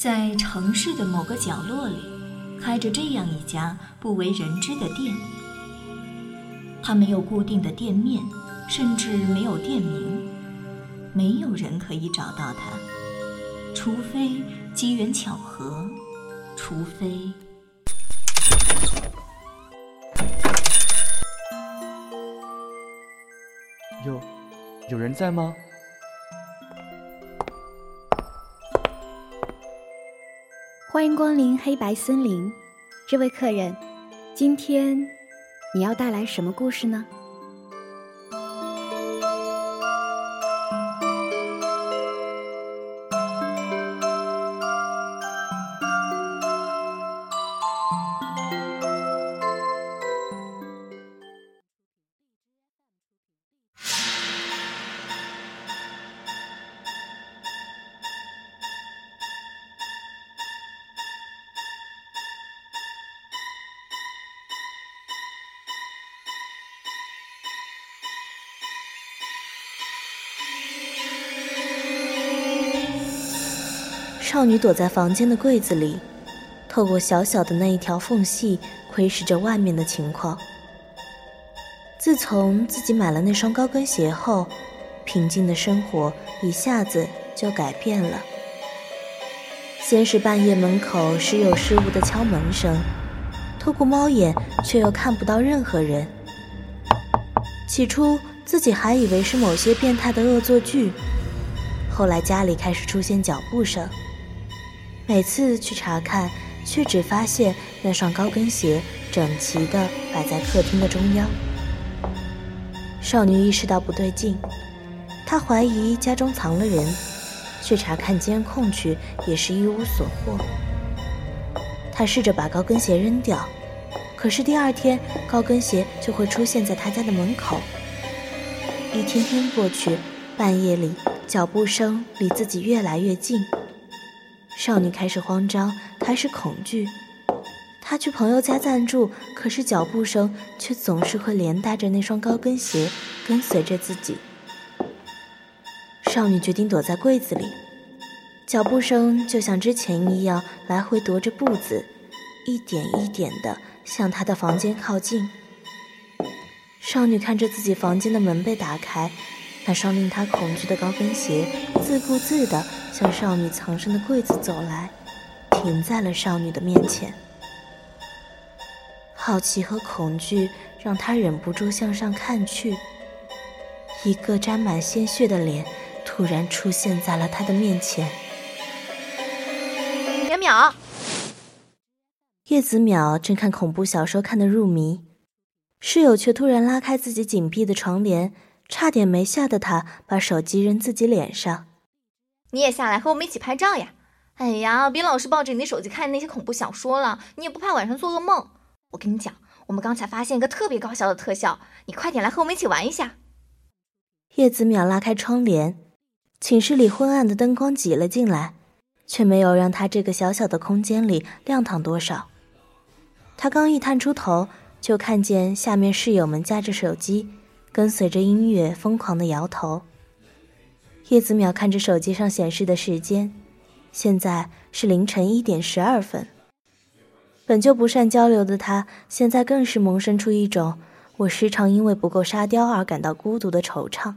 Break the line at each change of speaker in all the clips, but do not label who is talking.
在城市的某个角落里，开着这样一家不为人知的店。它没有固定的店面，甚至没有店名，没有人可以找到它，除非机缘巧合，除非……
有人在吗？
欢迎光临黑白森林，这位客人，今天你要带来什么故事呢？
少女躲在房间的柜子里，透过小小的那一条缝隙窥视着外面的情况。自从自己买了那双高跟鞋后，平静的生活一下子就改变了。先是半夜门口时有时无的敲门声，透过猫眼却又看不到任何人。起初自己还以为是某些变态的恶作剧，后来家里开始出现脚步声，每次去查看，却只发现那双高跟鞋整齐地摆在客厅的中央。少女意识到不对劲，她怀疑家中藏了人，去查看监控去也是一无所获。她试着把高跟鞋扔掉，可是第二天高跟鞋就会出现在她家的门口。一天天过去，半夜里脚步声离自己越来越近。少女开始慌张，开始恐惧。她去朋友家暂住，可是脚步声却总是会连带着那双高跟鞋跟随着自己。少女决定躲在柜子里，脚步声就像之前一样来回踱着步子，一点一点地向她的房间靠近。少女看着自己房间的门被打开，那双令她恐惧的高跟鞋自顾自地向少女藏身的柜子走来，停在了少女的面前。好奇和恐惧让她忍不住向上看去，一个沾满鲜血的脸突然出现在了她的面前。
淼淼，
叶子淼正看恐怖小说看得入迷，室友却突然拉开自己紧闭的床帘，差点没吓得她把手机扔自己脸上。
你也下来和我们一起拍照呀！哎呀，别老是抱着你的手机看那些恐怖小说了，你也不怕晚上做噩梦？我跟你讲，我们刚才发现一个特别高效的特效，你快点来和我们一起玩一下。
叶子淼拉开窗帘，寝室里昏暗的灯光挤了进来，却没有让她这个小小的空间里亮堂多少。她刚一探出头，就看见下面室友们夹着手机，跟随着音乐疯狂地摇头。叶子淼看着手机上显示的时间，现在是凌晨1点12分。本就不善交流的他，现在更是萌生出一种我时常因为不够沙雕而感到孤独的惆怅。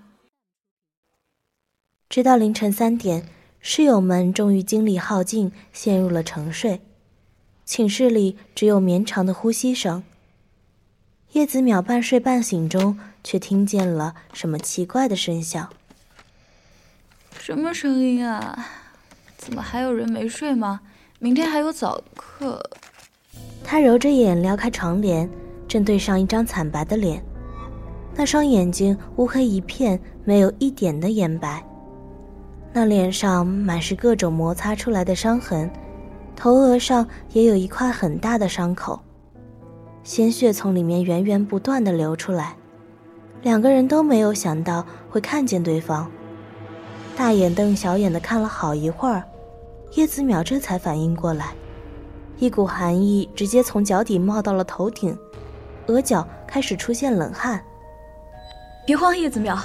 直到凌晨3点，室友们终于精力耗尽，陷入了沉睡。寝室里只有绵长的呼吸声。叶子淼半睡半醒中，却听见了什么奇怪的声响。
什么声音啊？怎么还有人没睡吗？明天还有早课。
他揉着眼撩开床帘，正对上一张惨白的脸，那双眼睛乌黑一片，没有一点的眼白。那脸上满是各种摩擦出来的伤痕，头额上也有一块很大的伤口，鲜血从里面源源不断地流出来。两个人都没有想到会看见对方，大眼瞪小眼地看了好一会儿，叶子淼这才反应过来，一股寒意直接从脚底冒到了头顶，额角开始出现冷汗。
别慌，叶子淼，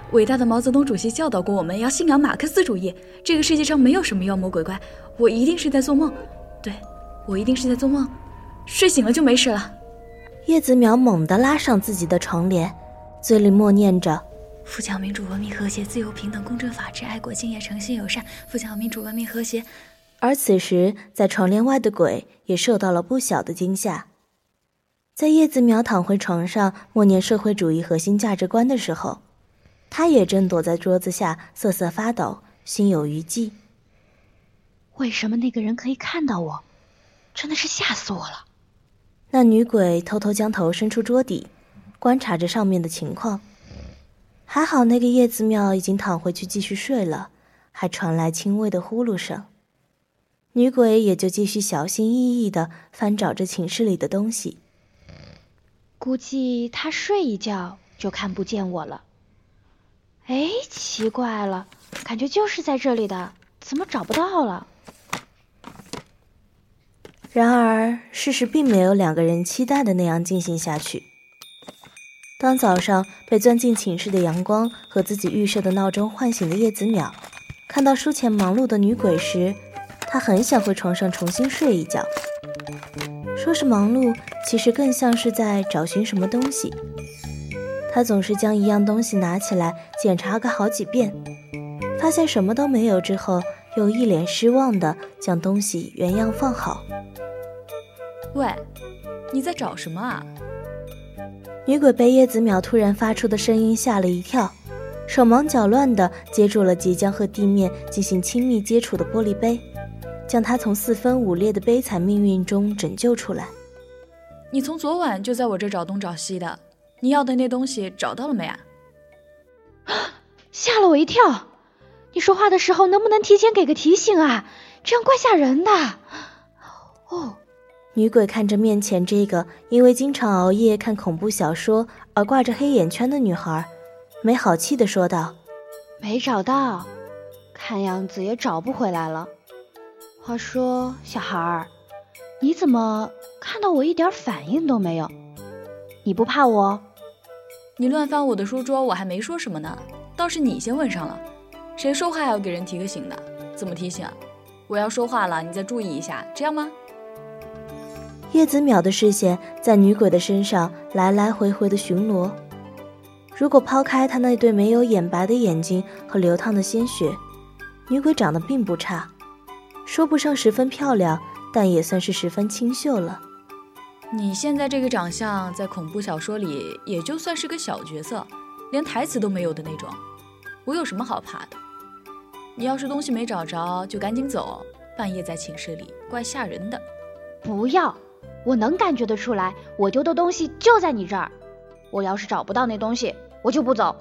伟大的毛泽东主席教导过我们要信仰马克思主义，这个世界上没有什么妖魔鬼怪，我一定是在做梦。对，我一定是在做梦，睡醒了就没事了。
叶子淼猛地拉上自己的床帘，嘴里默念着：
富强、民主、文明、和谐、自由、平等、公正、法治、爱国、敬业、诚信、友善。富强、民主、文明、和谐。
而此时，在床帘外的鬼也受到了不小的惊吓。在叶子淼躺回床上默念社会主义核心价值观的时候，他也正躲在桌子下瑟瑟发抖，心有余悸。
为什么那个人可以看到我？真的是吓死我了。
那女鬼偷偷将头伸出桌底，观察着上面的情况。还好那个叶子淼已经躺回去继续睡了，还传来轻微的呼噜声。女鬼也就继续小心翼翼地翻找着寝室里的东西。
估计他睡一觉就看不见我了。哎，奇怪了，感觉就是在这里的，怎么找不到了？
然而，事实并没有两个人期待的那样进行下去。当早上被钻进寝室的阳光和自己预设的闹钟唤醒的叶子淼，看到书前忙碌的女鬼时，他很想回床上重新睡一觉。说是忙碌，其实更像是在找寻什么东西。他总是将一样东西拿起来检查个好几遍，发现什么都没有之后，又一脸失望地将东西原样放好。
喂，你在找什么啊？
女鬼被叶子淼突然发出的声音吓了一跳，手忙脚乱地接住了即将和地面进行亲密接触的玻璃杯，将它从四分五裂的悲惨命运中拯救出来。
你从昨晚就在我这找东找西的，你要的那东西找到了没啊？
吓了我一跳！你说话的时候能不能提前给个提醒啊？这样怪吓人的。哦。
女鬼看着面前这个因为经常熬夜看恐怖小说而挂着黑眼圈的女孩，没好气地说道：
没找到，看样子也找不回来了。话说，小孩儿，你怎么看到我一点反应都没有？你不怕我？
你乱翻我的书桌，我还没说什么呢，倒是你先问上了。谁说话还要给人提个醒的？怎么提醒啊？我要说话了，你再注意一下，这样吗？
叶子淼的视线在女鬼的身上来来回回的巡逻。如果抛开她那对没有眼白的眼睛和流淌的鲜血，女鬼长得并不差，说不上十分漂亮，但也算是十分清秀了。
你现在这个长相在恐怖小说里也就算是个小角色，连台词都没有的那种，我有什么好怕的？你要是东西没找着就赶紧走，半夜在寝室里怪吓人的。
不要，我能感觉得出来，我丢的东西就在你这儿。我要是找不到那东西，我就不走。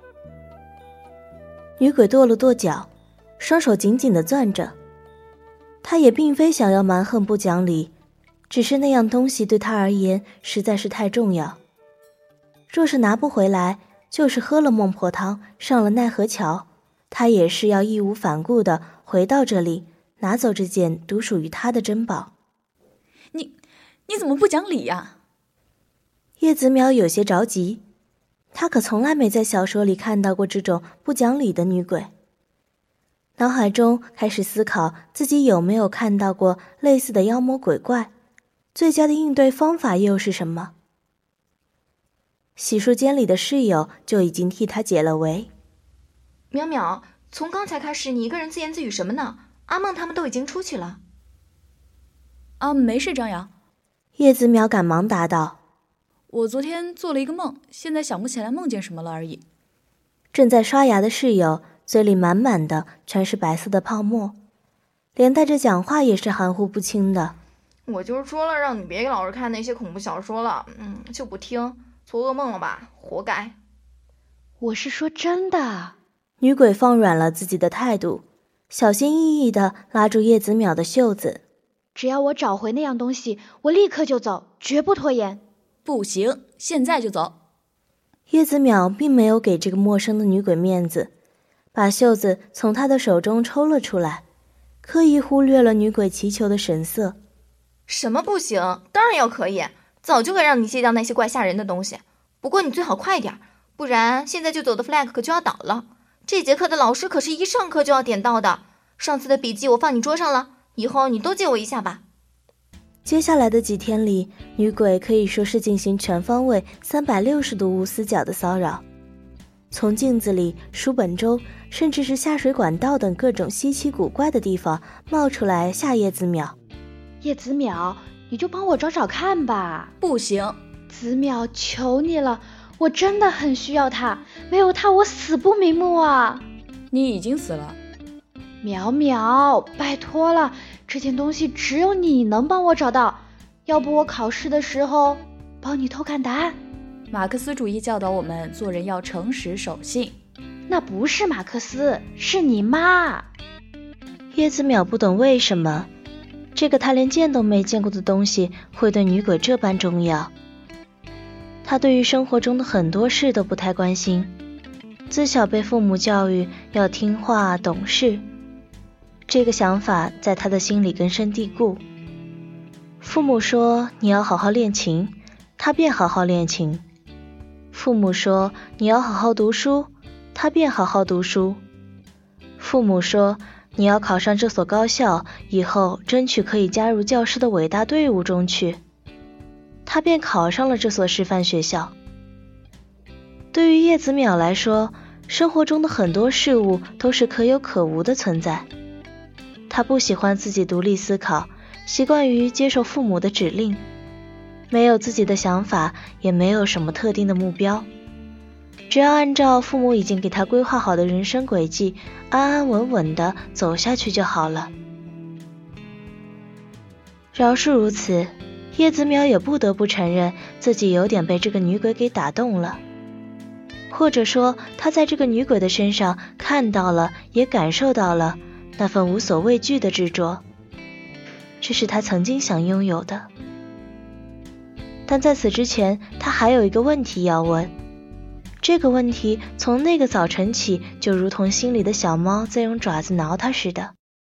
女鬼跺了跺脚，双手紧紧地攥着。她也并非想要蛮横不讲理，只是那样东西对她而言实在是太重要。若是拿不回来，就是喝了孟婆汤，上了奈何桥，她也是要义无反顾地回到这里，拿走这件独属于她的珍宝。
你怎么不讲理呀？
叶子淼有些着急，她可从来没在小说里看到过这种不讲理的女鬼。脑海中开始思考自己有没有看到过类似的妖魔鬼怪，最佳的应对方法又是什么？洗漱间里的室友就已经替她解了围。
淼淼，从刚才开始你一个人自言自语什么呢？阿梦他们都已经出去了。
没事，张扬。
叶子淼赶忙答道：
我昨天做了一个梦，现在想不起来梦见什么了而已。
正在刷牙的室友嘴里满满的全是白色的泡沫，连带着讲话也是含糊不清的。
我就是说了让你别老是看那些恐怖小说了，就不听，做噩梦了吧，活该。
我是说真的。
女鬼放软了自己的态度，小心翼翼地拉住叶子淼的袖子。
只要我找回那样东西，我立刻就走，绝不拖延。
不行，现在就走。
叶子淼并没有给这个陌生的女鬼面子，把袖子从她的手中抽了出来，刻意忽略了女鬼祈求的神色。
什么不行？当然要可以，早就该让你戒掉那些怪吓人的东西。不过你最好快点， 不然现在就走的 flag 可就要倒了。这节课的老师可是一上课就要点到的。上次的笔记我放你桌上了，以后你都借我一下吧。
接下来的几天里，女鬼可以说是进行全方位360度无死角的骚扰，从镜子里、书本中，甚至是下水管道等各种稀奇古怪的地方冒出来吓叶子淼。
叶子淼，你就帮我找找看吧。
不行，
子淼，求你了，我真的很需要它，没有它我死不瞑目啊。
你已经死了。
淼淼，拜托了，这件东西只有你能帮我找到，要不我考试的时候帮你偷看答案。
马克思主义教导我们做人要诚实守信。
那不是马克思，是你妈。
叶子淼不懂为什么这个他连见都没见过的东西会对女鬼这般重要。他对于生活中的很多事都不太关心，自小被父母教育要听话懂事，这个想法在他的心里根深蒂固。父母说你要好好练琴，他便好好练琴；父母说你要好好读书，他便好好读书；父母说你要考上这所高校，以后争取可以加入教师的伟大队伍中去，他便考上了这所师范学校。对于叶子淼来说，生活中的很多事物都是可有可无的存在。他不喜欢自己独立思考，习惯于接受父母的指令，没有自己的想法，也没有什么特定的目标，只要按照父母已经给他规划好的人生轨迹，安安稳稳地走下去就好了。饶是如此，叶子淼也不得不承认自己有点被这个女鬼给打动了，或者说他在这个女鬼的身上看到了，也感受到了那份无所畏惧的执着，这是他曾经想拥有的。但在此之前，他还有一个问题要问，这个问题从那个早晨起就如同心里的小猫在用爪子挠他似的。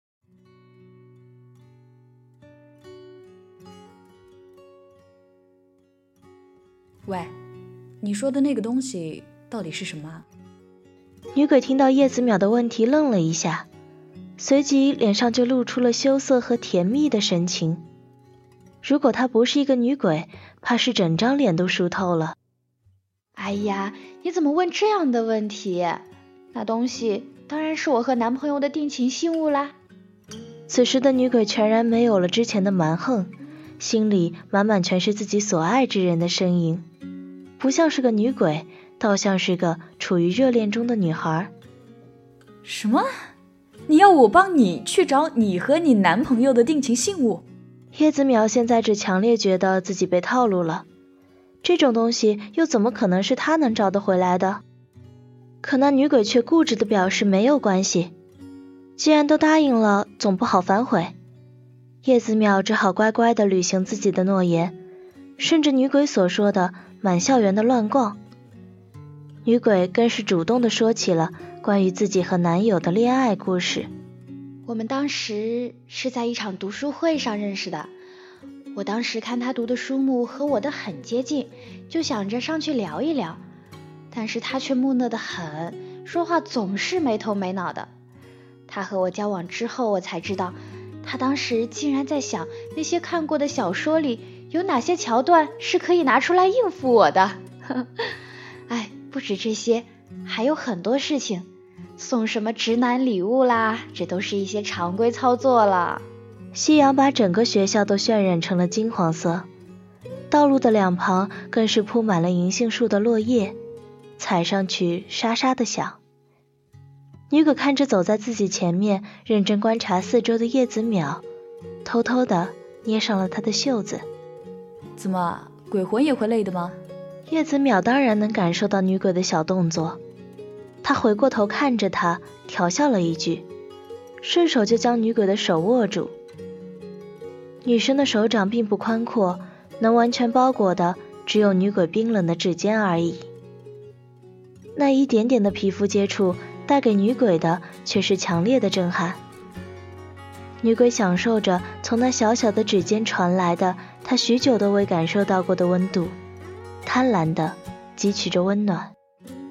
喂，你说的那个东西到底是什么？
女鬼听到叶子淼的问题愣了一下，随即脸上就露出了羞涩和甜蜜的神情。如果她不是一个女鬼，怕是整张脸都熟透了。
哎呀，你怎么问这样的问题？那东西当然是我和男朋友的定情信物啦。
此时的女鬼全然没有了之前的蛮横，心里满满全是自己所爱之人的身影，不像是个女鬼，倒像是个处于热恋中的女孩。
什么？你要我帮你去找你和你男朋友的定情信物？
叶子淼现在只强烈觉得自己被套路了，这种东西又怎么可能是他能找得回来的？可那女鬼却固执地表示没有关系，既然都答应了，总不好反悔。叶子淼只好乖乖地履行自己的诺言，顺着女鬼所说的满校园的乱逛。女鬼更是主动地说起了关于自己和男友的恋爱故事。
我们当时是在一场读书会上认识的，我当时看他读的书目和我的很接近，就想着上去聊一聊，但是他却木讷得很，说话总是没头没脑的。他和我交往之后，我才知道他当时竟然在想那些看过的小说里有哪些桥段是可以拿出来应付我的。哎，不止这些，还有很多事情，送什么直男礼物啦，这都是一些常规操作了。
夕阳把整个学校都渲染成了金黄色，道路的两旁更是铺满了银杏树的落叶，踩上去沙沙的响。女鬼看着走在自己前面认真观察四周的叶子淼，偷偷地捏上了她的袖子。
怎么，鬼魂也会累的吗？
叶子淼当然能感受到女鬼的小动作，她回过头看着她，调笑了一句，顺手就将女鬼的手握住。女生的手掌并不宽阔，能完全包裹的只有女鬼冰冷的指尖而已。那一点点的皮肤接触带给女鬼的却是强烈的震撼。女鬼享受着从那小小的指尖传来的她许久都未感受到过的温度，贪婪地汲取着温暖。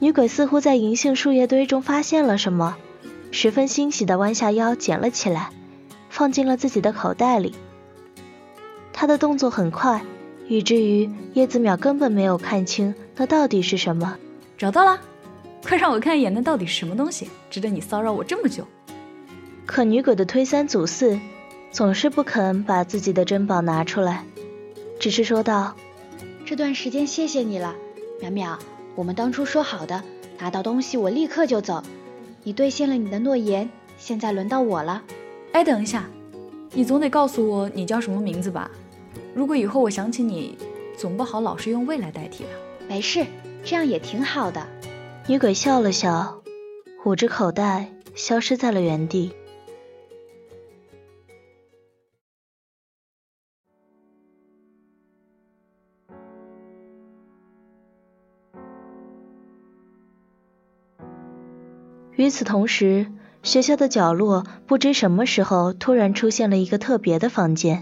女鬼似乎在银杏树叶堆中发现了什么，十分欣喜地弯下腰捡了起来，放进了自己的口袋里。她的动作很快，以至于叶子淼根本没有看清那到底是什么。
找到了，快让我看一眼那到底是什么东西，值得你骚扰我这么久。
可女鬼的推三阻四，总是不肯把自己的珍宝拿出来，只是说道：
这段时间谢谢你了，淼淼，我们当初说好的，拿到东西我立刻就走，你兑现了你的诺言，现在轮到我了。
哎，等一下，你总得告诉我你叫什么名字吧？如果以后我想起你，总不好老是用魏来代替吧？
没事，这样也挺好的。
女鬼笑了笑，捂着口袋消失在了原地。与此同时，学校的角落不知什么时候突然出现了一个特别的房间。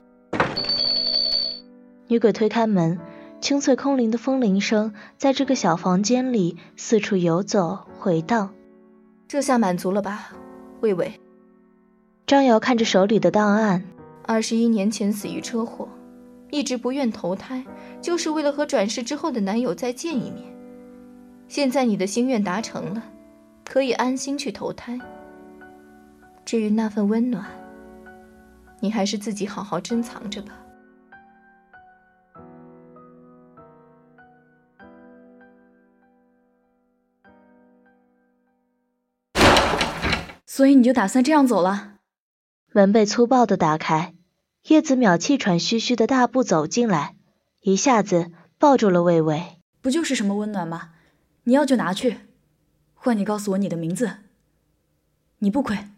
女鬼推开门，清脆空灵的风铃声在这个小房间里四处游走回荡。
这下满足了吧，魏魏？
张瑶看着手里的档案
，21年前死于车祸，一直不愿投胎，就是为了和转世之后的男友再见一面。现在你的心愿达成了，可以安心去投胎。至于那份温暖，你还是自己好好珍藏着吧。
所以你就打算这样走了？
门被粗暴地打开，叶子淼气喘吁吁的大步走进来，一下子抱住了魏魏。
不就是什么温暖吗？你要就拿去，换你告诉我你的名字，你不亏。